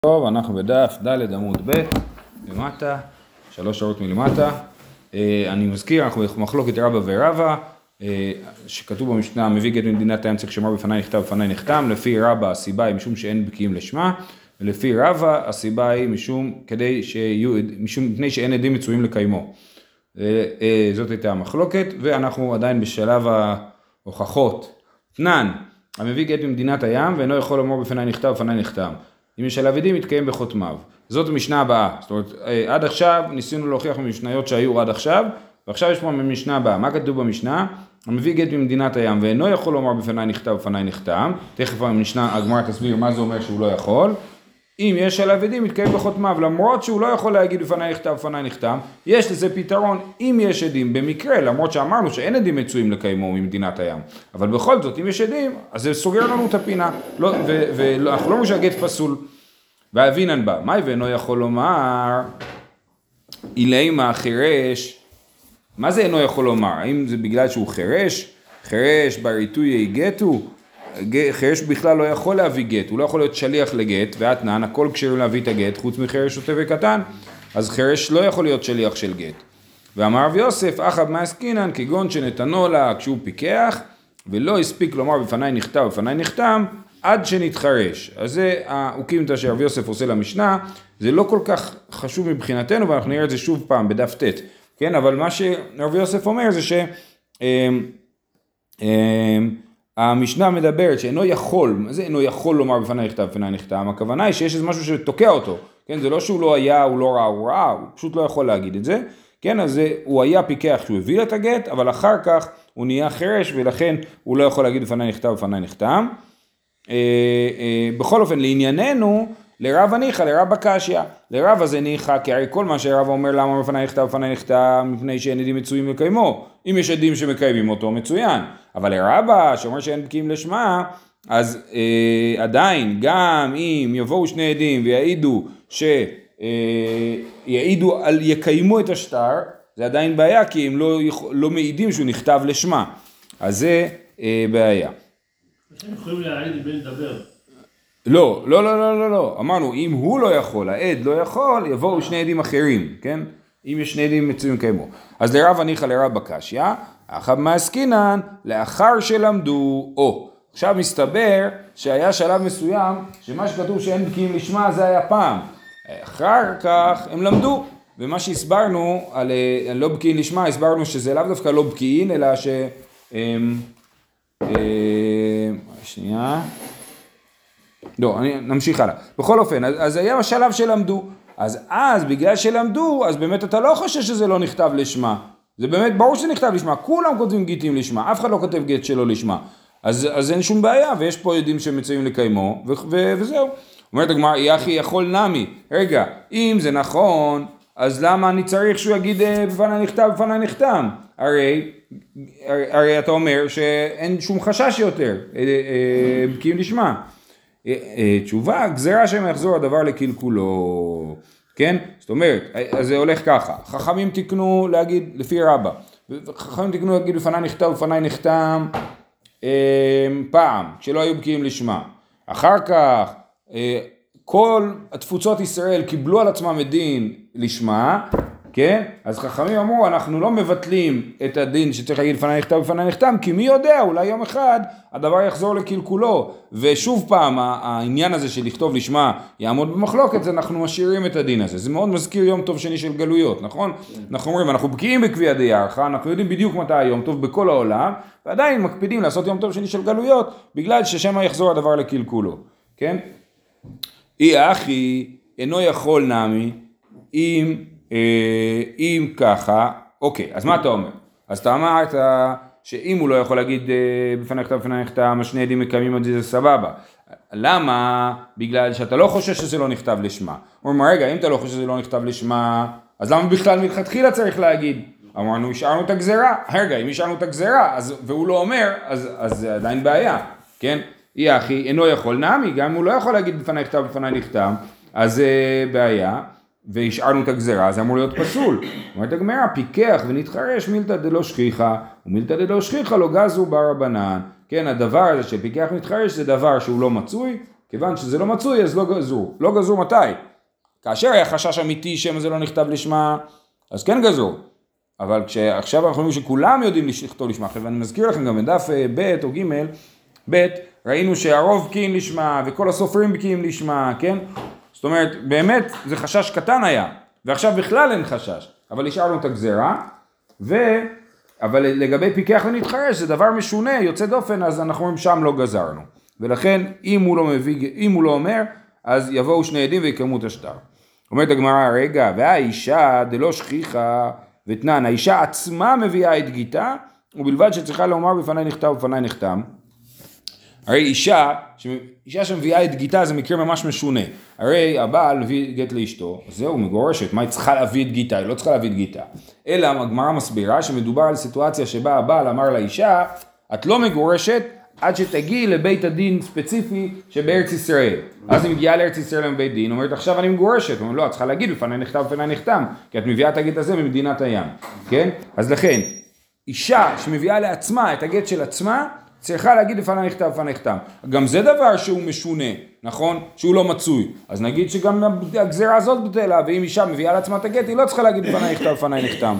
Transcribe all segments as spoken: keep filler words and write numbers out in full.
טוב, אנחנו בדף ד' עמוד ב' למטה, שלוש שעות מלמטה. אני מזכיר, אנחנו במחלוקת רבא ורבא, שכתוב במשנה, מביא גט ממדינת הים צריך שמר בפני נכתב בפני נחתם. לפי רבא הסיבה היא משום שאין בקיאים לשמה, ולפי רבא הסיבה היא משום כדי שיהיו, משום מפני שאין עדים מצויים לקיימו. זאת הייתה המחלוקת, ואנחנו עדיין בשלב ההוכחות. תנן, המביא גט ממדינת הים ואינו יכול לומר בפני נכתב בפני נחתם. אם יש עליו עדים, מתקיים בחותמיו. זאת המשנה הבאה. זאת אומרת, עד עכשיו ניסינו להוכיח ממשניות שהיו עד עכשיו, ועכשיו יש פה המשנה הבאה. מה כתוב במשנה? המביא גט ממדינת הים ואינו יכול לומר בפני נכתב בפני נחתם. תכף המשנה, הגמרא תסביר מה זה אומר שהוא לא יכול. אם יש עליו עדים, מתקיים בחותמיו, למרות שהוא לא יכול להגיד בפני נכתב בפני נחתם. יש לזה פתרון אם יש עדים במקרה, למרות שאמרנו שאין עדים מצויים לקיימו ממדינת הים. אבל בכל זאת, אם יש עדים, אז זה סוגר לנו את הפינה. לא, ואנחנו לא אומרים שהגט פסול. ואבינן בה, מה ואינו יכול לומר? אילמה חירש. מה זה אינו יכול לומר? האם זה בגלל שהוא חירש? חירש בריתוי גטו? חירש בכלל לא יכול להביא גט, הוא לא יכול להיות שליח לגט, ואתנן, הכל כשרים להביא את הגט, חוץ מחירש שוטה וקטן, אז חירש לא יכול להיות שליח של גט. ואמר רב יוסף, אחב מעסקינן, כגון שנתנו לה כשהוא פיקח, ולא הספיק לומר בפני נכתב, בפני נחתם, עד שנתחרש. אז זה האוקימתא שרב יוסף עושה למשנה, זה לא כל כך חשוב מבחינתנו, ואנחנו נראה את זה שוב פעם בדף ט', כן? אבל מה שרב יוסף אומר זה ש... המשנה מדברת שאינו יכול, מה זה אינו יכול לומר בפני נכתב בפני נחתם? הכוונה היא שיש איזה משהו שתוקע אותו, כן? זה לא שהוא לא היה, הוא לא ראה, הוא ראה, הוא פשוט לא יכול להגיד את זה, כן? אז זה, הוא היה פיקח שהוא הביא את הגט, אבל אחר כך הוא נהיה חירש, ולכן הוא לא יכול להגיד בפני נכתב בפני נחתם. אה, אה, בכל אופן, לענייננו, לרב הניחא, לרב הקשיא, לרב הזה ניחא, כי הרי כל מה שרב אומר למה בפני נכתב בפני נחתם, מפני שאין עדים מצויים לקיימו, אם יש עדים שמקיימים אותו מצוין, אבל לרבא שאומר שאין בקיאים לשמה, אז אה, עדיין גם אם יבואו שני עדים ויעידו שיעידו אה, על יקיימו את השטר, זה עדיין בעיה, כי הם לא, לא מעידים שהוא נכתב לשמה, אז זה אה, בעיה. הם יכולים להעיד בין לדבר. לא, לא, לא, לא, לא, לא, אמרנו, אם הוא לא יכול, העד לא יכול, יבואו שני עדים אחרים, כן? אם יש שני עדים מצויים קיימו. אז לרב הניחא לרב הקשיא, אחב מעסקינן, לאחר שלמדו, או, עכשיו מסתבר שהיה שלב מסוים, שמה שכתוב שאין בקיאים לשמה, זה היה פעם. אחר כך הם למדו, ומה שהסברנו, על, על לא בקיאים לשמה, הסברנו שזה לאו דווקא לא בקיאים, אלא ש... הם, הם, שנייה... לא, אני נמשיך הלאה. בכל אופן, אז, אז היה השלב שלמדו. אז אז, בגלל שלמדו, אז באמת אתה לא חושב שזה לא נכתב לשמה. זה באמת ברור שזה נכתב לשמה. כולם כותבים גיטים לשמה. אף אחד לא כותב גיט שלא לשמה. אז, אז אין שום בעיה, ויש פה עדים שמצויים לקיימו, ו- ו- וזהו. אומרת הגמרא, יחי יכול נמי. רגע, אם זה נכון, אז למה אני צריך שהוא יגיד בפני נכתב, בפני נחתם? הרי, הרי, הרי אתה אומר שאין שום חשש יותר, בקיאים לשמה. תשובה, גזירה שהם יחזור הדבר לקלקולו, כן? זאת אומרת, אז זה הולך ככה, חכמים תקנו להגיד לפי רבא, חכמים תקנו להגיד בפני נכתב, בפני נחתם פעם, כשלא היו בקיאים לשמה. אחר כך, כל התפוצות ישראל קיבלו על עצמם הדין לשמה, כן? אז חכמים אמרו, אנחנו לא מבטלים את הדין שצריך להגיד לפני נכתב בפני נחתם, כי מי יודע, אולי יום אחד הדבר יחזור לקלקולו, ושוב פעם העניין הזה של לכתוב לשמה יעמוד במחלוקת, אנחנו משאירים את הדין הזה. זה מאוד מזכיר יום טוב שני של גלויות, נכון? אנחנו אומרים, אנחנו בקיאים בקביע דיערכה, אנחנו יודעים בדיוק מתי היום טוב בכל העולם, ועדיין מקפידים לעשות יום טוב שני של גלויות, בגלל ששמה יחזור הדבר לקלקולו, כן? אי אחי אינו יכול נמי, אם אם ככה, אוקיי, אז מה אתה אומר? אז אתה אמרת שאם הוא לא יכול להגיד בפני נכתב בפני נחתם, שני עדים מקיימים את זה, זה סבבה. למה? בגלל שאתה לא חושב שזה לא נכתב לשמה. הוא אומר, רגע, אם אתה לא חושב שזה לא נכתב לשמה, אז למה בכלל מלכתחילה צריך להגיד? אמרנו, השארנו את הגזירה. רגע, אם השארנו את הגזירה, אז, והוא לא אומר, אז, אז זה עדיין בעיה, כן? אי אחי, אינו יכול נמי, גם אם הוא לא יכול להגיד בפני נכתב בפני נחתם, אז זה בעיה. והשארנו את הגזרה, זה אמור להיות פסול. אומרת הגמרא, פיקח ונתחרש מילתא דלא שכיחא, ומילתא דלא שכיחא לא גזו ברבנן. כן, הדבר הזה שפיקח ונתחרש זה דבר שהוא לא מצוי, כיוון שזה לא מצוי אז לא גזרו. לא גזרו מתי? כאשר היה חשש אמיתי שמא זה לא נכתב לשמה, אז כן גזרו. אבל כשעכשיו אנחנו אומרים שכולם יודעים לכתוב לשמה, ואני מזכיר לכם גם בדף ב' או ג' ב', ראינו שהרוב בקיאים לשמה וכל הסופרים בקיאים לשמה, כן? זאת אומרת, באמת זה חשש קטן היה, ועכשיו בכלל אין חשש, אבל השארנו את הגזרה, ו... אבל לגבי פיקח ונתחרש זה דבר משונה, יוצא דופן, אז אנחנו אומרים שם לא גזרנו. ולכן אם הוא לא מביא, אם הוא לא אומר, אז יבואו שני עדים ויקיימו את השטר. אומרת הגמרא, רגע, והאישה דלא שכיחה ותנן, האישה עצמה מביאה את גיתה, ובלבד שצריכה לומר בפני נכתב ובפני נחתם. הרי אישה, אישה שמביאה את גיתה זה מקרה ממש משונה. הרי הבעל מביא גט לאשתו, זהו, מגורשת, מה היא צריכה להביא את גיתה? היא לא צריכה להביא את גיתה. אלא הגמרא מסבירה שמדובר על סיטואציה שבה הבעל אמר לאישה, את לא מגורשת עד שתגיעי לבית הדין ספציפי שבארץ ישראל. אז היא מגיעה לארץ ישראל לבית דין, אומרת עכשיו אני מגורשת, אומרת לא, את צריכה להגיד בפני נכתב בפני נחתם, כי את מביאה את הגט הזה ממדינת הים, כן? אז לכן, אישה שמביאה לעצמה את הגט של עצמה, צריכה להגיד לפני נכתב בפני נחתם. גם זה דבר שהוא משונה, נכון? שהוא לא מצוי. אז נגיד שגם הגזרה הזאת בטלה, ואם אישה מביאה לעצמה את הגט, היא לא צריכה להגיד לפני נכתב בפני נחתם.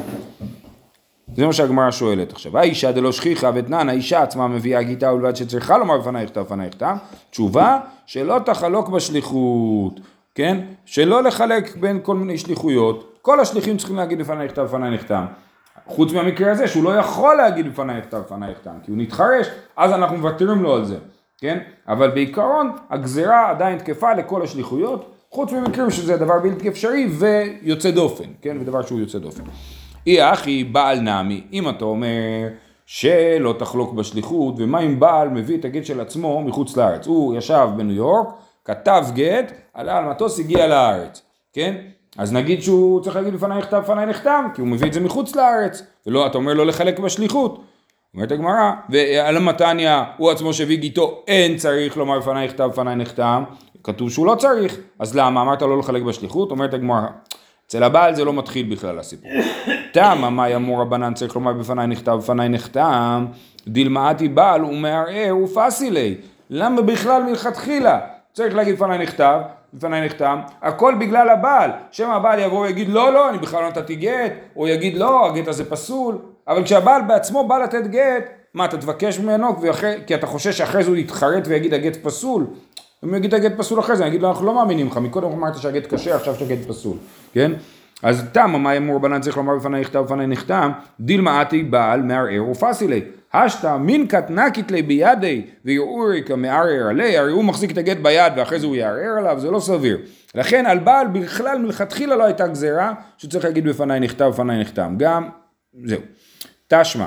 זה מה שהגמרא שואלת עכשיו. האישה דלא שכיחה ותנן, האישה עצמה מביאה גיטה ולבד שצריכה לומר בפני נכתב בפני נחתם. תשובה, שלא תחלוק בשליחות, כן? שלא לחלק בין כל מיני שליחויות. כל השליחים צריכים להגיד לפני נכתב בפני נחתם. חוץ מהמקרה הזה שהוא לא יכול להגיד בפני נכתב בפני נחתם, כי הוא נתחרש, אז אנחנו מוותרים לו על זה, כן? אבל בעיקרון הגזרה עדיין תקפה לכל השליחויות, חוץ ממקרים שזה דבר בלתי אפשרי ויוצא דופן, כן? ודבר שהוא יוצא דופן. אי אחי בעל נמי, אם אתה אומר שלא תחלוק בשליחות, ומה אם בעל מביא את הגט של עצמו מחוץ לארץ? הוא ישב בניו יורק, כתב גט, עלה על מטוס, הגיע לארץ, כן? אז נגיד שהוא צריך להגיד בפני נכתב בפני נחתם, כי הוא מביא את זה מחוץ לארץ, ולא, אתה אומר לא לחלק בשליחות. אומרת הגמרא, ועל המתניה, הוא עצמו שהביא גיטו, אין צריך לומר בפני נכתב בפני נחתם, כתוב שהוא לא צריך, אז למה? אמרת לא לחלק בשליחות? אומרת הגמרא, אצל הבעל זה לא מתחיל בכלל הסיפור. תמה, מה אמור רבנן צריך לומר בפני נכתב בפני נחתם, דילמאתי בעל ומערער ופסילי, למה בכלל מלכתחילה צריך להגיד בפני נכתב, בפני נחתם, הכל בגלל הבעל, שמא הבעל יבוא ויגיד לא לא אני בכלל לא נתתי גט, או יגיד לא הגט הזה פסול, אבל כשהבעל בעצמו בא לתת גט, מה אתה תבקש ממנו, ואחרי, כי אתה חושש שאחרי זה הוא יתחרט ויגיד הגט פסול, אם הוא יגיד הגט פסול אחרי זה, אני אגיד לו אנחנו לא מאמינים לך, מקודם אמרת שהגט קשה, עכשיו שהגט פסול, כן? אז תמה, מה אמור רבנן צריך לומר בפני נכתב בפני נחתם, דילמאתי בעל מערער ופסילי, השתא מינקת נקית לי בידי ויעורי כמערער עלי, הרי הוא מחזיק את הגט ביד ואחרי זה הוא יערער עליו, זה לא סביר. לכן על בעל בכלל מלכתחילה לא הייתה גזרה שצריך להגיד בפני נכתב בפני נחתם. גם, זהו. תשמע,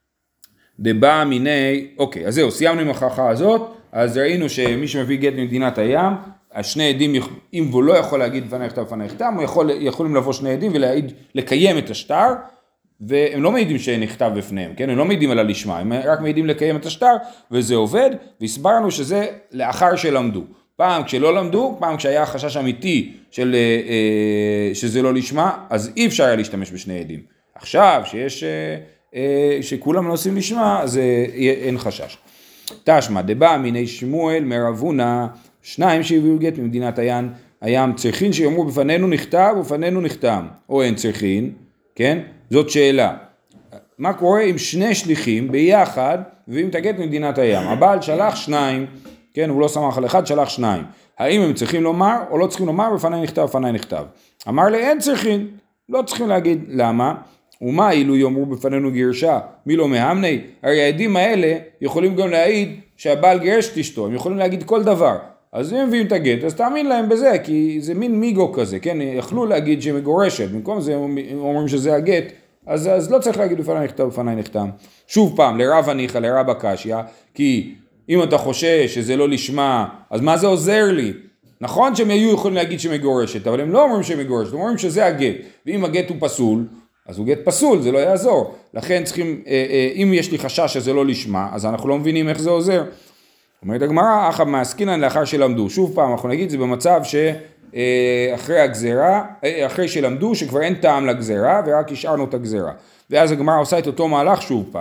דבא מיני, אוקיי, אז זהו, סיימנו עם ההוכחה הזאת, אז ראינו שמי שמביא גט ממדינת הים, השני עדים, אם הוא לא יכול להגיד בפני נכתב בפני נחתם, הוא יכול, יכולים לבוא שני עדים ולקיים את השטר, והם לא מעידים שנכתב בפניהם, כן? הם לא מעידים על הלשמה, הם רק מעידים לקיים את השטר, וזה עובד, והסברנו שזה לאחר שלמדו. פעם כשלא למדו, פעם כשהיה חשש אמיתי של, שזה לא לשמה, אז אי אפשר היה להשתמש בשני עדים. עכשיו, שיש, שכולם לא עושים לשמה, אז אין חשש. תשמע, דבא מיני שמואל מרבונה, שניים שהביאו גט ממדינת הים, הים צריכין שיאמרו בפנינו נכתב ובפנינו נחתם, או אין צריכין, כן? זאת שאלה. מה קורה אם שני שליחים ביחד מביאים את הגט ממדינת הים? הבעל שלח שניים, כן, הוא לא סמך על אחד, שלח שניים. האם הם צריכים לומר או לא צריכים לומר בפני נכתב בפני נכתב? אמר לי אין צריכים, לא צריכים להגיד למה. ומה אילו יאמרו בפנינו גרשה? מי לא מהמני? הרי העדים האלה יכולים גם להעיד שהבעל גרש את אשתו, הם יכולים להגיד כל דבר. אז אם מביאים את הגט, אז תאמין להם בזה, כי זה מין מיגו כזה, כן? יכלו להגיד שהיא מגורשת, במקום זה אומרים שזה הגט, אז, אז לא צריך להגיד בפני נכתב, בפני נחתם. שוב פעם, לרב הניחא, לרב הקשיא, כי אם אתה חושש שזה לא לשמה, אז מה זה עוזר לי? נכון שהם היו יכולים להגיד שמגורשת, אבל הם לא אומרים שמגורשת, הם אומרים שזה הגט, ואם הגט הוא פסול, אז הוא גט פסול, זה לא יעזור. לכן צריכים, אם יש לי חשש שזה לא לשמה, אז אנחנו לא מבינים איך זה עוזר. אומרת הגמרא, אחא מעסקינן לאחר שלמדו. שוב פעם, אנחנו נגיד, זה במצב שאחרי הגזרה, אחרי שלמדו, שכבר אין טעם לגזרה, ורק השארנו את הגזרה. ואז הגמרא עושה את אותו מהלך שוב פעם.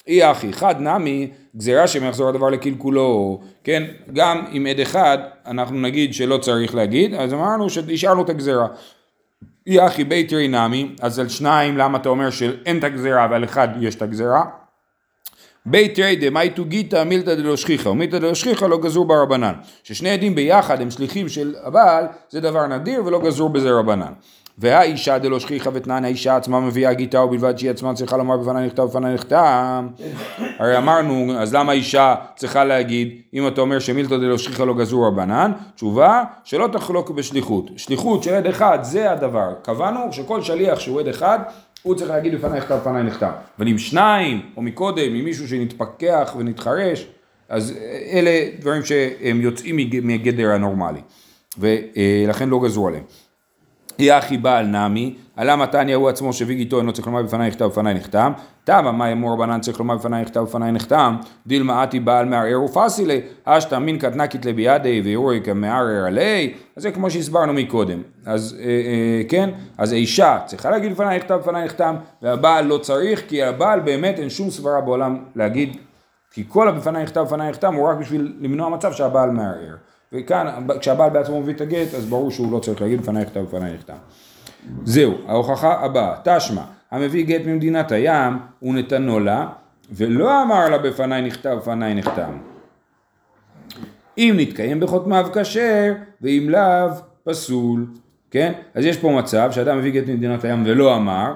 אי אחי, חד נמי, גזירה שמחזור הדבר לקלקולו, כן? גם עם עד אחד אנחנו נגיד שלא צריך להגיד, אז אמרנו שהשארנו את הגזירה. אי אחי בית רי נמי, אז על שניים למה אתה אומר שאין את הגזירה ועל אחד יש את הגזירה? בית רי דמאי תוגיתא מילתא דלא שכיחא, ומילתא דלא שכיחא לא גזור ברבנן. ששני עדים ביחד הם שליחים של הבעל, זה דבר נדיר ולא גזור בזה רבנן. והאישה דלא שכיחא ותנן, האישה עצמה מביאה גיטה ובלבד שהיא עצמה צריכה לומר בפני נכתב בפני נכתב. הרי אמרנו, אז למה האישה צריכה להגיד, אם אתה אומר שמילתא דלא שכיחא לא גזור רבנן? תשובה, שלא תחלוק בשליחות. שליחות של עד אחד זה הדבר. קבענו שכל שליח שהוא עד אחד, הוא צריך להגיד בפני נכתב בפני נכתב. אבל אם שניים, או מקודם, עם מישהו שנתפקח ונתחרש, אז אלה דברים שהם יוצאים מגדר הנורמלי. ולכן לא גזרו עליהם. יחי בעל נמי, עלה מתניה הוא עצמו שהביא גיטו, אינו צריך לומר בפני נכתב בפני נחתם, תמה מה יאמר רבנן צריך לומר בפני נכתב בפני נחתם, דילמה עתי בעל מערער ופסילי, אשתא מן קטנקית לבידי ואירועי כמערער עלי, אז זה כמו שהסברנו מקודם, אז אה, אה, כן, אז האישה צריכה להגיד בפני נכתב בפני נחתם, והבעל לא צריך, כי הבעל באמת אין שום סברה בעולם להגיד, כי כל הבפני נכתב בפני נחתם הוא רק בשביל למנוע מצב שהבעל מערער. וכאן, כשהבעל בעצמו מביא את הגט, אז ברור שהוא לא צריך להגיד בפני נכתב בפני נכתב. זהו, ההוכחה הבאה, תשמע, המביא גט ממדינת הים, הוא נתנו לה, ולא אמר לה בפני נכתב בפני נחתם. אם נתקיים בחותמיו כשר, ואם לאו, פסול. כן? אז יש פה מצב שאדם מביא גט ממדינת הים ולא אמר,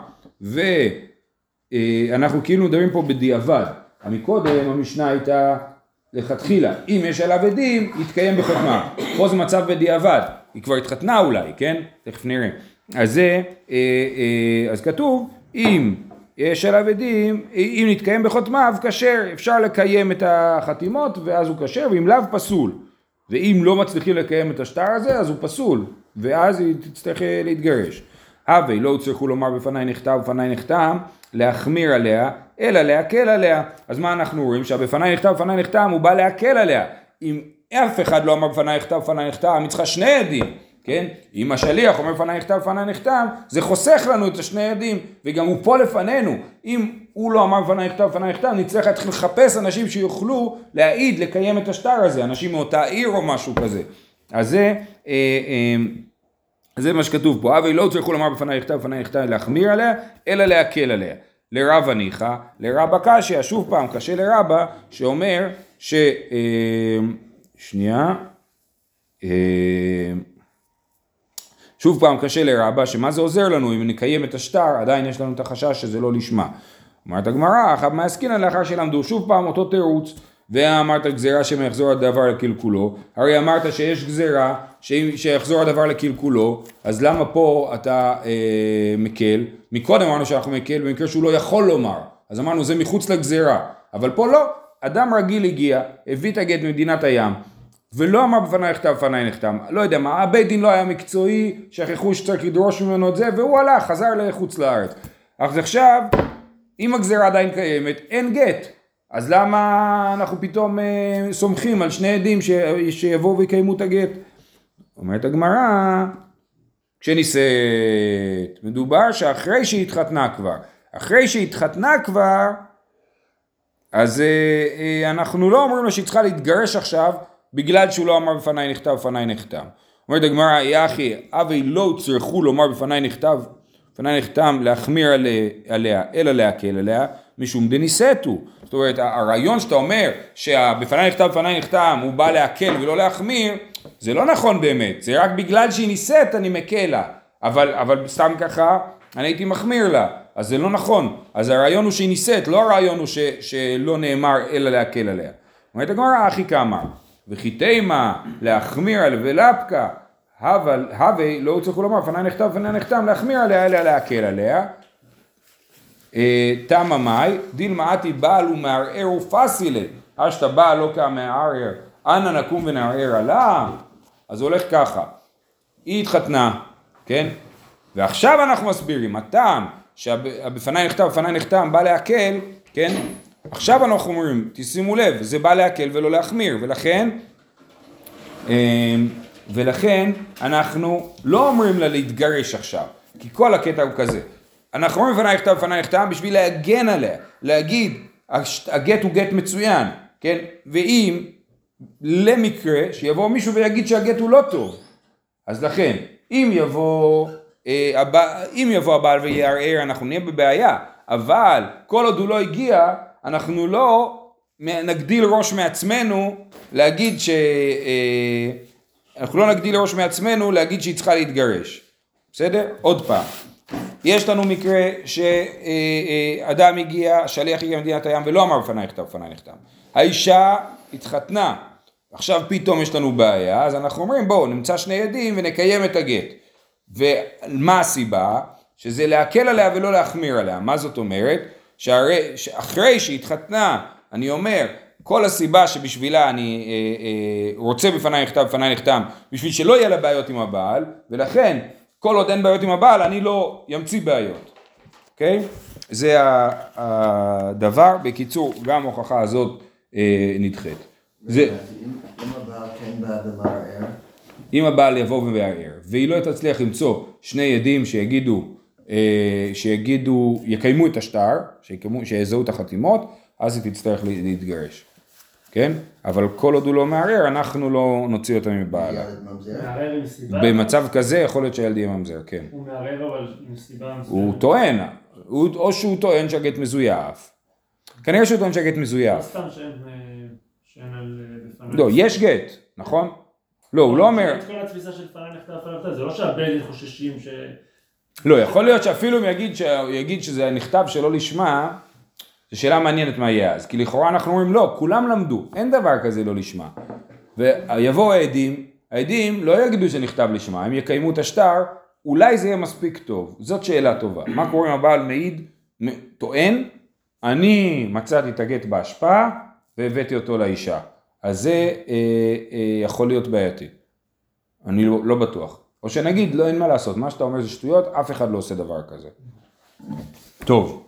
ואנחנו כאילו מדברים פה בדיעבד. מקודם המשנה הייתה לכתחילה, אם יש עליו עדים, יתקיים בחותמה. פה זה מצב בדיעבד, היא כבר התחתנה אולי, כן? תכף נראה. אז זה, אז כתוב, אם יש עליו עדים, אם נתקיים בחותמיו, כשר, אפשר לקיים את החתימות, ואז הוא כשר, ואם לאו פסול. ואם לא מצליחים לקיים את השטר הזה, אז הוא פסול, ואז היא תצטרך להתגרש. הווי, לא צריכו לומר בפני נכתב, בפני נחתם, להחמיר עליה, אלא להקל עליה. אז מה אנחנו רואים? שהבפני נכתב, בפני נחתם, הוא בא להקל עליה. אם אף אחד לא אמר בפני נכתב, בפני נחתם, היא צריכה שני עדים, כן? אם השליח אומר בפני נכתב, בפני נחתם, זה חוסך לנו את השני עדים, וגם הוא פה לפנינו. אם הוא לא אמר בפני נכתב, בפני נחתם, נצטרך להתחיל לחפש אנשים שיוכלו להעיד, לקיים את השטר הזה, אנשים מאותה עיר או משהו כזה. אז זה... אה, אה, זה מה שכתוב פה, אבל לא צריכו לומר בפני נכתב, בפני נכתב להחמיר עליה, אלא להקל עליה. לרבא ניחא, לרבא קשיא, שוב פעם קשה לרבא, שאומר ש... שנייה, שוב פעם קשה לרבא, שמה זה עוזר לנו אם נקיים את השטר, עדיין יש לנו את החשש שזה לא לשמה. אומרת הגמרא, אחת מעסקינן לאחר שלמדו, שוב פעם אותו תירוץ, ואמרת גזירה שמחזור הדבר לקלקולו, הרי אמרת שיש גזירה שיחזור הדבר לקלקולו, אז למה פה אתה אה, מקל? מקודם אמרנו שאנחנו מקל במקרה שהוא לא יכול לומר, אז אמרנו זה מחוץ לגזירה, אבל פה לא, אדם רגיל הגיע, הביא את הגט ממדינת הים, ולא אמר בפני נכתב, בפני נחתם, לא יודע מה, הבית דין לא היה מקצועי, שכחו שצריך לדרוש ממנו את זה, והוא הלך, חזר לחוץ לארץ. אז עכשיו, אם הגזירה עדיין קיימת, אין גט. אז למה אנחנו פתאום אה, סומכים על שני עדים ש... שיבואו ויקיימו את הגט? אומרת הגמרא, כשנישאת, מדובר שאחרי שהתחתנה כבר, אחרי שהתחתנה כבר, אז אה, אה, אנחנו לא אומרים לה שהיא צריכה להתגרש עכשיו, בגלל שהוא לא אמר בפני נכתב, בפני נחתם. אומרת הגמרא, יחי, אבי לא צריכו לומר בפני נכתב, בפני נחתם להחמיר עליה, עליה אלא להקל עליה, משום דניסתו. זאת אומרת, הרעיון שאתה אומר שבפני נכתב, בפני נחתם, הוא בא להקל ולא להחמיר, זה לא נכון באמת. זה רק בגלל שהיא ניסית אני מקל לה. אבל, אבל סתם ככה, אני הייתי מחמיר לה. אז זה לא נכון. אז הרעיון הוא שהיא ניסית, לא הרעיון הוא ש, שלא נאמר אלא להקל עליה. אומרת הגמרא, אחי כאמר, וכי תימה להחמיר על ולפקה, הווי לא צריכו לומר, פני נכתב, פני נחתם, להחמיר עליה, אלא להקל עליה. תמה מאי, דילמה עתי בעל ומערער ופסילי, אשתא בעל לא כמערער, אנא נקום ונערער עליו. אז הולך ככה, היא התחתנה, כן? ועכשיו אנחנו מסבירים, הטעם שבפני נכתב, בפני נחתם, בא להקל, כן? עכשיו אנחנו אומרים, תשימו לב, זה בא להקל ולא להחמיר, ולכן, ולכן אנחנו לא אומרים לה להתגרש עכשיו, כי כל הקטע הוא כזה. אנחנו אומרים בפני נכתב, בפני נחתם, בשביל להגן עליה, להגיד, הגט הוא גט מצוין, כן? ואם למקרה שיבוא מישהו ויגיד שהגט הוא לא טוב, אז לכן, אם יבוא, אה, אם יבוא הבעל ויערער, אנחנו נהיה בבעיה, אבל כל עוד הוא לא הגיע, אנחנו לא נגדיל ראש מעצמנו להגיד ש... אה, אנחנו לא נגדיל ראש מעצמנו להגיד שהיא צריכה להתגרש. בסדר? עוד פעם. יש לנו מקרה שאדם הגיע, שליח הגיע למדינת הים ולא אמר בפני נכתב, בפני נכתב. האישה התחתנה, עכשיו פתאום יש לנו בעיה, אז אנחנו אומרים בואו נמצא שני עדים ונקיים את הגט. ומה הסיבה? שזה להקל עליה ולא להחמיר עליה. מה זאת אומרת? שהרי, שאחרי שהתחתנה, אני אומר, כל הסיבה שבשבילה אני אה, אה, רוצה בפני נכתב, בפני נכתב, בשביל שלא יהיה לה בעיות עם הבעל, ולכן כל עוד אין בעיות עם הבעל, אני לא ימציא בעיות. אוקיי? זה הדבר, בקיצור, גם ההוכחה הזאת אה, נדחית. זה... אם הבעל כן בא ומערער? אם הבעל יבוא ומערער, והיא לא תצליח למצוא שני עדים שיגידו, אה, שיגידו, יקיימו את השטר, שיזהו את החתימות, אז היא תצטרך להתגרש. כן? אבל כל עוד הוא לא מערער, אנחנו לא נוציא אותה מבעלה. מערער עם סיבה? במצב כזה יכול להיות שהילד יהיה ממזר, כן. הוא מערער אבל עם סיבה מסוימת. הוא טוען, או שהוא טוען שהגט מזויף. כנראה שהוא טוען שהגט מזויף. לא סתם שאין על בפניו. לא, יש גט, נכון? לא, הוא לא אומר... את כל התפיסה של פנה נכתב פנה, זה לא שהבית חוששים ש... לא, יכול להיות שאפילו אם יגיד שזה נכתב שלא לשמה, זו שאלה מעניינת מה יהיה אז, כי לכאורה אנחנו אומרים לא, כולם למדו, אין דבר כזה לא לשמה. ויבואו העדים, העדים לא יגידו שנכתב לשמה, הם יקיימו את השטר, אולי זה יהיה מספיק טוב, זאת שאלה טובה. מה קורה אם הבעל מעיד, טוען, אני מצאתי את הגט בהשפעה והבאתי אותו לאישה. אז זה אה, אה, יכול להיות בעייתי, אני לא, לא בטוח. או שנגיד, לא אין מה לעשות, מה שאתה אומר זה שטויות, אף אחד לא עושה דבר כזה. טוב.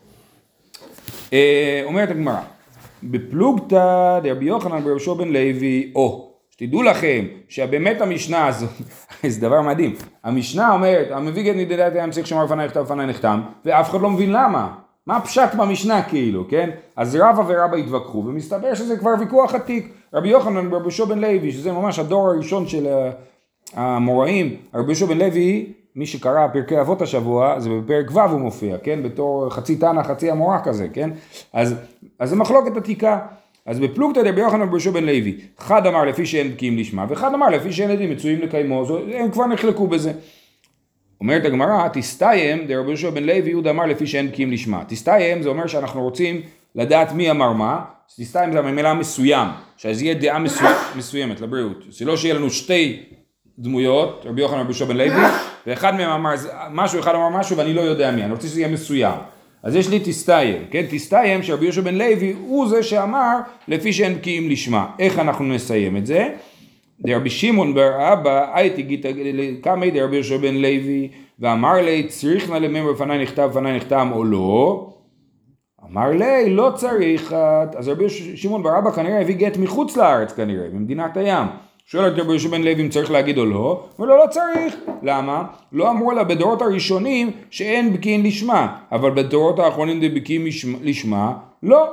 אומרת הגמרא, בפלוגתא דרבי יוחנן ברשו בן לוי, או, שתדעו לכם שבאמת המשנה הזאת, זה דבר מדהים, המשנה אומרת, המביא גט נדידת הים צריך שמר לפני נכתב לפני נחתם, ואף אחד לא מבין למה, מה הפשט במשנה כאילו, כן? אז רבא ורבא התווכחו, ומסתבר שזה כבר ויכוח עתיק, רבי יוחנן ברשו בן לוי, שזה ממש הדור הראשון של המוראים, רבי יהושע בן לוי, מי שקרא פרקי אבות השבוע, זה בפרק ו' הוא מופיע, כן? בתור חצי תנא, חצי אמורא כזה, כן? אז, אז זה מחלוקת עתיקה. אז בפלוגתא דרבי יוחנן ברבי יהושע בן לוי, אחד אמר לפי שאין בקיאים לשמה, ואחד אמר לפי שאין עדים מצויים לקיימו, הם כבר נחלקו בזה. אומרת הגמרא, תסתיים דרבי יהושע בן לוי, יהודה אמר לפי שאין בקיאים לשמה. תסתיים זה אומר שאנחנו רוצים לדעת מי אמר מה, תסתיים זה המילה מסוים, שזה יהיה דעה מסוימת, מסוימת לבריאות, שלא שיהיה לנו שתי דמויות, רבי יוחנן ברבי יהושע בן לוי, ואחד מהם אמר משהו, אחד אמר משהו ואני לא יודע מי, אני רוצה שזה יהיה מסוים. אז יש לי תסתיים, כן? תסתיים שרבי יהושע בן לוי הוא זה שאמר לפי שאין בקיאים לשמה. איך אנחנו נסיים את זה? דרבי שמעון בר אבא, הייתי גיטה קמי דרבי יהושע בן לוי, ואמר לי צריך נא לממר בפני נכתב, בפני נכתב או לא? אמר לי לא צריך, אז רבי שמעון בר אבא כנראה הביא גט מחוץ לארץ כנראה, ממדינת הים. שואל את רבי יהושע בן לוי אם צריך להגיד או לא, ולא, לא צריך. למה? לא אמרו לה בדורות הראשונים שאין בקיאים לשמה, אבל בדורות האחרונים דבקיאים לשמה, לא.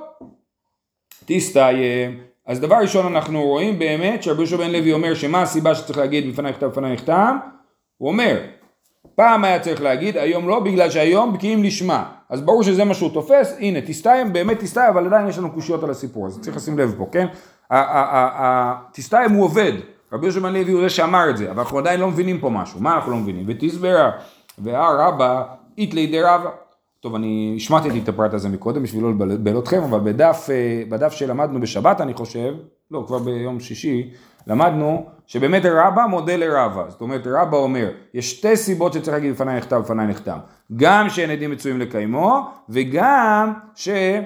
תסתיים. אז דבר ראשון אנחנו רואים באמת שרבי יהושע בן לוי אומר שמה הסיבה שצריך להגיד בפני נכתב בפני נכתב? הוא אומר, פעם היה צריך להגיד, היום לא, בגלל שהיום בקיאים לשמה. אז ברור שזה מה שהוא תופס, הנה תסתיים, באמת תסתיים, אבל עדיין יש לנו קושיות על הסיפור, אז צריך לשים לב פה, כן? תסתיים הוא עובד, רבי יהושע בן לוי הוא זה שאמר את זה, אבל אנחנו עדיין לא מבינים פה משהו, מה אנחנו לא מבינים? ותסברה, והרבא, איתלי דרבא. טוב, אני השמעתי את הפרט הזה מקודם בשביל לא לבלבל אתכם, אבל בדף, בדף שלמדנו בשבת אני חושב, לא, כבר ביום שישי, למדנו שבאמת רבא מודה לרבא, זאת אומרת רבא אומר, יש שתי סיבות שצריך להגיד בפני נכתב בפני נכתב, גם שאין עדים מצויים לקיימו, וגם שהם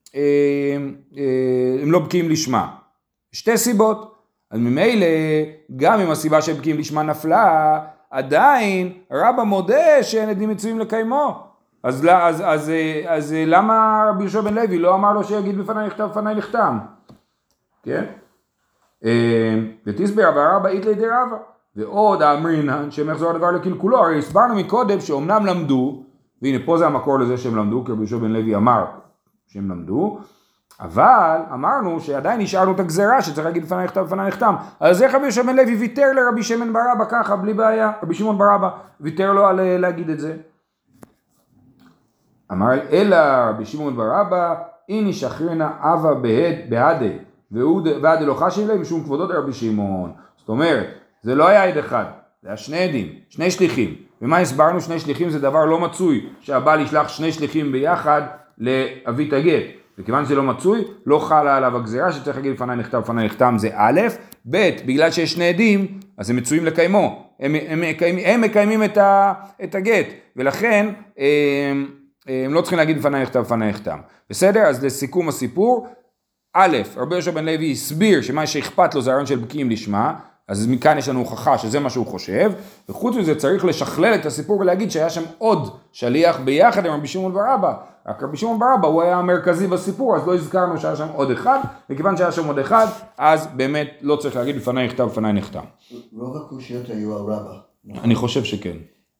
לא בקיאים לשמה, שתי סיבות, אז ממילא גם אם הסיבה שהם בקיאים לשמה נפלה, עדיין רבא מודה שאין עדים מצויים לקיימו, אז, אז, אז, אז למה רבי יהושע בן לוי לא אמר לו שיגיד בפני נכתב בפני נכתב, כן? ותסבר והרבא איתלי דרבא, ועוד האמרינן שהם יחזור הדבר לקלקולו, הרי הסברנו מקודם שאומנם למדו, והנה פה זה המקור לזה שהם למדו, כי רבי יהושע בן לוי אמר שהם למדו, אבל אמרנו שעדיין נשארנו את הגזרה שצריך להגיד לפני נחתם לפני נחתם. אז איך רבי יהושע בן לוי ויתר לרבי שמעון בר אבא ככה בלי בעיה? רבי שמעון בר אבא ויתר לו על להגיד את זה. אמר אלא רבי שמעון בר אבא איני שחרינה אבא בהדה ועד אלוחה שלי משום כבודות רבי שמעון. זאת אומרת, זה לא היה עד אחד, זה היה שני עדים, שני שליחים. ומה הסברנו? שני שליחים זה דבר לא מצוי, שהבעל ישלח שני שליחים ביחד להביא את הגט. וכיוון שזה לא מצוי, לא חלה עליו הגזירה שצריך להגיד לפני נחתם, לפני נחתם זה א', ב', בגלל שיש שני עדים, אז הם מצויים לקיימו. הם, הם, הם, הם מקיימים את, ה, את הגט, ולכן הם, הם לא צריכים להגיד לפני נחתם, לפני נחתם. בסדר? אז לסיכום הסיפור, א', רבי יהושע בן לוי הסביר שמה שאכפת לו זה הרעיון של בקיאים לשמה, אז מכאן יש לנו הוכחה שזה מה שהוא חושב, וחוץ מזה צריך לשכלל את הסיפור ולהגיד שהיה שם עוד שליח ביחד עם רבי שמעון בר אבא. רק רבי שמעון בר אבא הוא היה המרכזי בסיפור, אז לא הזכרנו שהיה שם עוד אחד, וכיוון שהיה שם עוד אחד, אז באמת לא צריך להגיד לפני נכתב, לפני נחתם. רוב הקושיות היו על רבא. אני חושב שכן.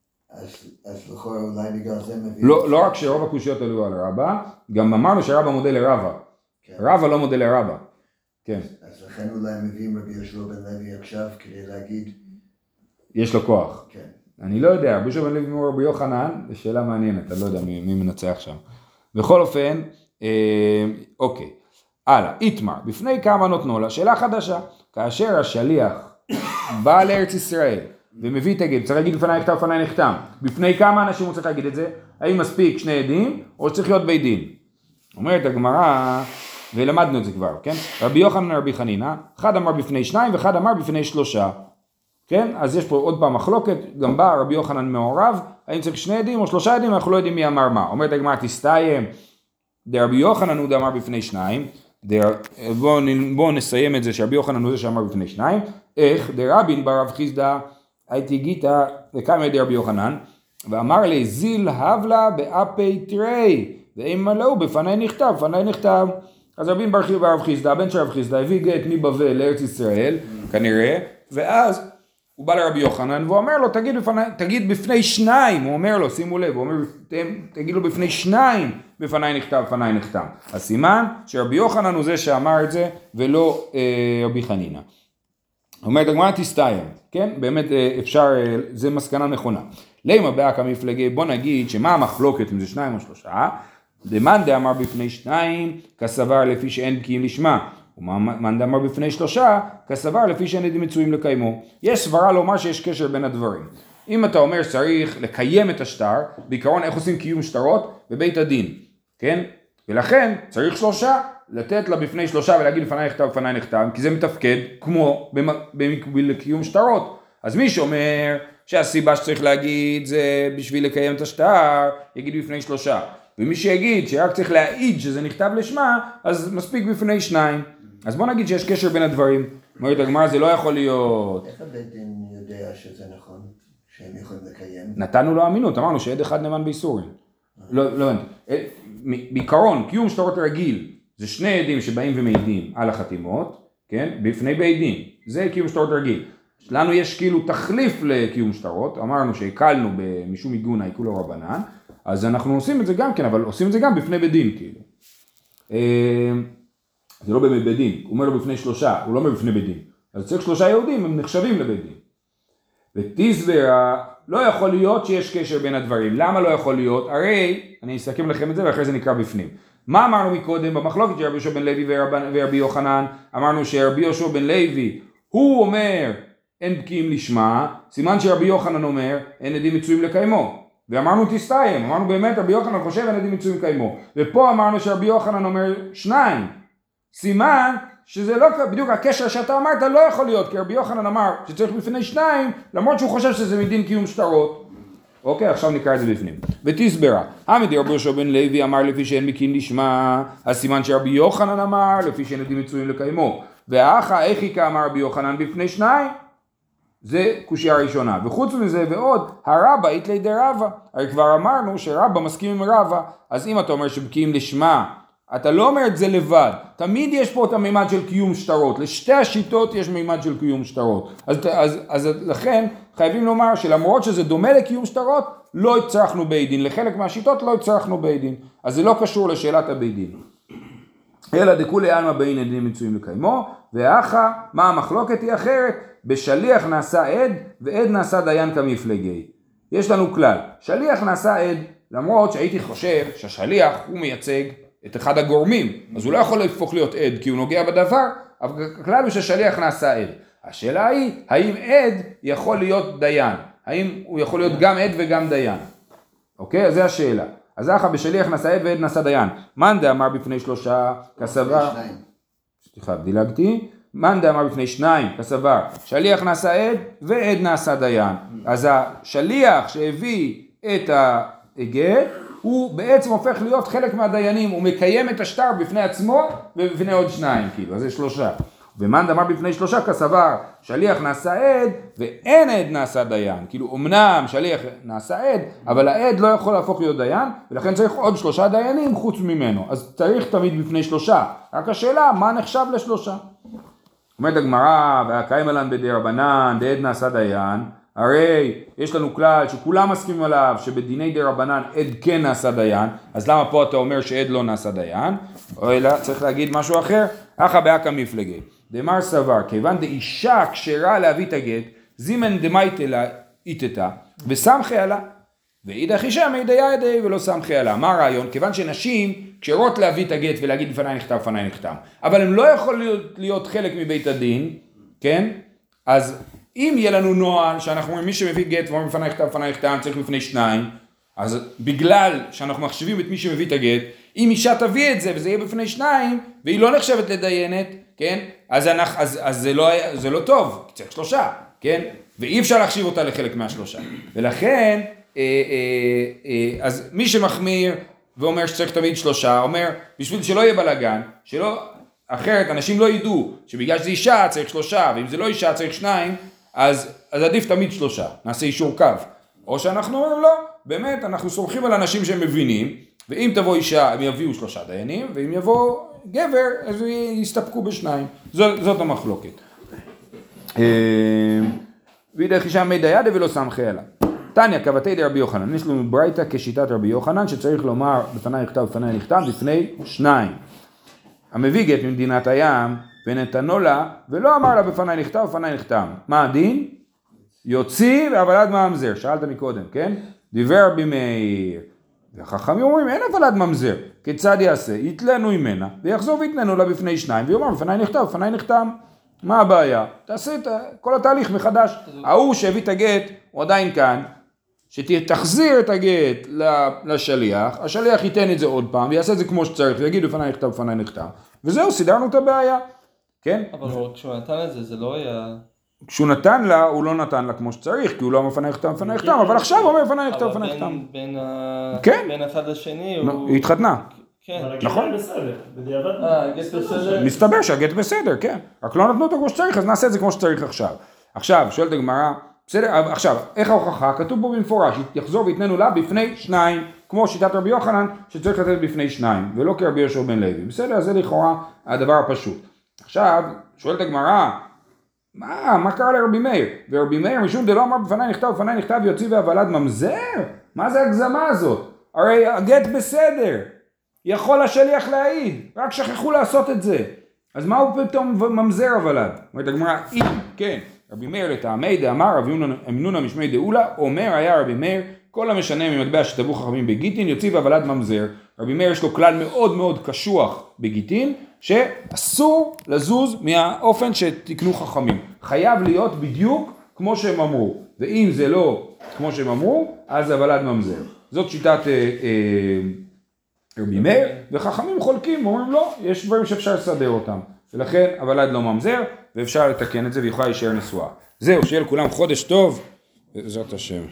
אז לכאורה אולי בגלל זה מביא... לא, לא רק שרוב הקושיות היו על רבא, גם אמרנו שרבא מודה לרבא. רבא לא מודה לרבא. כן. אז לכן אולי מביאים רבי יהושע בן לוי עכשיו כדי להגיד... יש לו כוח. כן. אני לא יודע, רבי יהושע בן לוי מור רבי יוחנן, זו שאלה מעניינת, אני לא יודע מי, מי מנצח שם. בכל אופן, אה, אוקיי. הלאה, איתמר, בפני כמה נותנו לה, שאלה חדשה. כאשר השליח בא לארץ ישראל ומביא את הגט, צריך להגיד לפני נכתב, לפני נחתם. בפני כמה אנשים הוא צריך להגיד את זה? האם מספיק שני עדים או שצריך להיות בית דין? אומרת הגמרא, ולמדנו את זה כבר, כן? רבי יוחנן רבי חנינא, אחד אמר בפני שניים ואחד אמר בפני שלושה. כן? אז יש פה עוד פעם מחלוקת, גם בא רבי יוחנן מעורב, האם צריך שני עדים או שלושה עדים, אנחנו לא יודעים מי אמר מה. אומרת הגמרא, תסתיים, דרבי יוחנן הוא אמר בפני שניים, דר... בואו בוא נסיים את זה שרבי יוחנן הוא זה שאמר בפני שניים, איך דרבין ברב חיסדא, הייתי גיטה, וקם ידי רבי יוחנן, ואמר לי, זיל הבלה באפי תרי, ואם מלאו בפני נכתב, בפני נכתב. אז רבין ברב חיסדא, הבן של רב חיסדא, הביא גט מבבל לארץ ישראל, כנראה, ואז הוא בא לרבי יוחנן, והוא אומר לו, תגיד בפני, תגיד בפני שניים, הוא אומר לו, שימו לב, הוא אומר, תגיד לו בפני שניים, בפני נכתב, בפני נכתב. הסימן שרבי יוחנן הוא זה שאמר את זה, ולא אה, רבי חנינא. אומרת, הגמרא תסתיים, כן? באמת אפשר, זה מסקנה נכונה. למה באקא מפלגי, בוא נגיד שמה המחלוקת אם זה שניים או שלושה, דמאן דאמר בפני שניים, כסבר לפי שאין בקיאים לשמה, ומאן דאמר בפני שלושה, כסבר לפי שאין עדים מצויים לקיימו. יש סברה לומר שיש קשר בין הדברים. אם אתה אומר שצריך לקיים את השטר, בעיקרון איך עושים קיום שטרות? בבית הדין, כן? ולכן צריך שלושה, לתת לה בפני שלושה ולהגיד לפני נכתב לפני נכתב, כי זה מתפקד כמו במקביל לקיום שטרות. אז מי שאומר שהסיבה שצריך להגיד זה בשביל לקיים את השטר, יגיד בפני שלושה. ומי שיגיד שרק צריך להעיד שזה נכתב לשמה, אז מספיק בפני שניים. אז בוא נגיד שיש קשר בין הדברים. אומרת הגמרא, זה לא יכול להיות. איך הבית דין יודע שזה נכון? שהם יכולים לקיים? נתנו לו אמינות, אמרנו שעד אחד נאמן באיסורים. לא, לא, בעיקרון, קיום שטרות רגיל, זה שני עדים שבאים ומעידים על החתימות, כן? בפני בית דין. זה קיום שטרות רגיל. לנו יש כאילו תחליף לקיום שטרות, אמרנו שהקלנו משום עיגון, העיקולו רבנן, אז אנחנו עושים את זה גם כן, אבל עושים את זה גם בפני בית דין, כאילו. זה לא באמת בית דין, הוא אומר לו בפני שלושה, הוא לא אומר בפני בית דין. אז צריך שלושה יהודים, הם נחשבים לבית דין. ותסברה, לא יכול להיות שיש קשר בין הדברים. למה לא יכול להיות? הרי, אני אסכם לכם את זה ואחרי זה נקרא בפנים. מה אמרנו מקודם במחלוקת של רבי יהושע בן לוי ורבי יוחנן? אמרנו שרבי יהושע בן לוי, הוא אומר, אין בקיאים לשמה, סימן שרבי יוחנן אומר, אין עדים מצויים לקיימו. ואמרנו תסתיים, אמרנו באמת רבי יוחנן חושב אין עדים מצויים לקיימו. ופה אמרנו שרבי יוחנן אומר שניים. סימן שזה לא, בדיוק הקשר שאתה אמרת לא יכול להיות, כי רבי יוחנן אמר שצריך בפני שניים, למרות שהוא חושב שזה מדין קיום שטרות. אוקיי, עכשיו נקרא את זה בפנים. ותסברה, עמדי רבי יהושע בן לוי אמר לפי שאין בקיאים לשמה, הסימן שרבי יוחנן אמר לפי שאין עדים מצויים לקיימו. והאחה איכיקה אמר רבי יוחנן בפני שניים. זה קושיה ראשונה, וחוץ מזה ועוד, הרבה איתלי דרבה, הרי כבר אמרנו שרבה מסכים עם רבה, אז אם אתה אומר שבקיאים לשמה, אתה לא אומר את זה לבד, תמיד יש פה את המימד של קיום שטרות, לשתי השיטות יש מימד של קיום שטרות, אז, אז, אז לכן חייבים לומר שלמרות שזה דומה לקיום שטרות, לא הצרכנו בית דין, לחלק מהשיטות לא הצרכנו בית דין, אז זה לא קשור לשאלת הבית דין. אלא דכולי עלמא באין עדים מצויים לקיימו, והאחה, מה המחלוקת היא אחרת? בשליח נעשה עד, ועד נעשה דיין כמפלגי. יש לנו כלל, שליח נעשה עד, למרות שהייתי חושב שהשליח הוא מייצג את אחד הגורמים, אז הוא לא יכול להפוך להיות עד כי הוא נוגע בדבר, אבל הכלל הוא ששליח נעשה עד. השאלה היא, האם עד יכול להיות דיין? האם הוא יכול להיות גם עד וגם דיין? אוקיי? אז זו השאלה. אז אחא בשליח נעשה עד ועד נעשה דיין. מאן דאמר בפני שלושה כסבר, סליחה, דילגתי, מאן דאמר בפני שניים כסבר, שליח נעשה עד ועד נעשה דיין. אז השליח שהביא את הגט, הוא בעצם הופך להיות חלק מהדיינים, הוא מקיים את השטר בפני עצמו ובפני עוד שניים, כאילו, אז זה שלושה. ומאן דאמר בפני שלושה כסבר, שליח נעשה עד ואין עד נעשה דיין. כאילו אמנם שליח נעשה עד, אבל העד לא יכול להפוך להיות דיין, ולכן צריך עוד שלושה דיינים חוץ ממנו. אז צריך תמיד בפני שלושה. רק השאלה, מה נחשב לשלושה? אומרת הגמרא, והקיים עלן בדי רבנן, דעד נעשה דיין, הרי יש לנו כלל שכולם מסכימים עליו שבדיני די רבנן עד כן נעשה דיין, אז למה פה אתה אומר שעד לא נעשה דיין? או אלא צריך להגיד משהו אחר, אחא באקא מפלגי. דמר סבר, כיוון דאישה כשרה להביא את הגט, זימן דמייטלה איתתה, וסמכי עלה. ואידך אישה מידיה ידי ולא סמכי עלה. מה הרעיון? כיוון שנשים כשרות להביא את הגט ולהגיד לפניי נכתב, לפניי נחתם, אבל הם לא יכולים להיות, להיות חלק מבית הדין, כן? אז אם יהיה לנו נוהל שאנחנו אומרים מי שמביא גט ואומרים לפניי נכתב, לפניי נחתם, צריך לפני שניים, אז בגלל שאנחנו מחשבים את מי שמביא את הגט, אם אישה תביא את זה וזה יהיה בפני שניים, והיא לא נחשבת לדיינת, כן? אז, אנחנו, אז, אז זה, לא, זה לא טוב, צריך שלושה, כן? ואי אפשר להחשיב אותה לחלק מהשלושה. ולכן, אה, אה, אה, אז מי שמחמיר ואומר שצריך תמיד שלושה, אומר, בשביל שלא יהיה בלגן, שלא, אחרת אנשים לא ידעו שבגלל שזה אישה צריך שלושה, ואם זה לא אישה צריך שניים, אז, אז עדיף תמיד שלושה, נעשה אישור קו. או שאנחנו אומרים לא, באמת אנחנו סומכים על אנשים שהם מבינים, ואם תבוא אישה הם יביאו שלושה דיינים, ואם יבוא גבר אז יסתפקו בשניים. זאת, זאת המחלוקת. ואידך אישה מידיה ידי ולא סמכי עלה. תניא כבתי דרבי יוחנן, יש לנו ברייתא כשיטת רבי יוחנן, שצריך לומר בפני נכתב בפני נחתם לפני שניים. המביא גט ממדינת הים ונתנו לה, ולא אמר לה בפני נכתב בפני נחתם. מה הדין? יוציא והבלד ממזר, שאלת מקודם, כן? דיבר רבי מאיר. והחכמים אומרים, אין הבלד ממזר, כיצד יעשה? יתלנו ממנה, ויחזור ויתלנו לה בפני שניים, ויאמר בפני נכתב בפני נחתם. מה הבעיה? תעשה את כל התהליך מחדש. ההוא שהביא את הגט, הוא עדיין כאן, שתחזיר את הגט לשליח, השליח ייתן את זה עוד פעם, ויעשה את זה כמו שצריך, ויגיד בפני נכתב בפני נחתם. וזהו, סידרנו את הבעיה. כן? אבל כשהוא נתן את זה, זה לא היה... כשהוא נתן לה, הוא לא נתן לה כמו שצריך, כי הוא לא מפנה נכתב, מפנה נכתב, אבל עכשיו הוא אומר מפנה נכתב, מפנה נכתב. אבל בין אחד לשני הוא... היא התחתנה. כן. נכון. בסדר, בדיעבד. אה, גט בסדר. מסתבר שהגט בסדר, כן. רק לא נתנו אותו כמו שצריך, אז נעשה את זה כמו שצריך עכשיו. עכשיו, שואלת הגמרא, בסדר, עכשיו, איך ההוכחה? כתוב בו במפורש, יחזור ויתננו לה בפני שניים, כמו שיטת רבי יוחנן, שצריך לתת בפני שניים, ולא כרבי יהושע בן לוי. בסדר, אז זה לכאורה הדבר הפשוט. עכשיו, שואלת הגמרא, מה, מה קרה לרבי מאיר? ורבי מאיר משום דלא אמר בפני נכתב, בפני נכתב יוציא והבלד ממזר? מה זה הגזמה הזאת? הרי הגט בסדר, יכול השליח להעיד, רק שכחו לעשות את זה. אז מה הוא פתאום ממזר הבלד? אומרת הגמרא, אם, כן, רבי מאיר לטעמי דאמר, רבי אמנונה משמי דאולה, אומר היה רבי מאיר, כל המשנה ממטבע שטבעו חכמים בגיטין, יוציא והבלד ממזר. רבי מאיר יש לו כלל מאוד מאוד קשוח בגיטין, שאסור לזוז מהאופן שתקנו חכמים. חייב להיות בדיוק כמו שהם אמרו. ואם זה לא כמו שהם אמרו, אז הבלד ממזר. זאת שיטת אה, אה, רבי מאיר, וחכמים חולקים, אומרים לא, יש דברים שאפשר לסדר אותם. ולכן הבלד לא ממזר, ואפשר לתקן את זה ויכולה להישאר נשואה. זהו, שיהיה לכולם חודש טוב, בעזרת השם.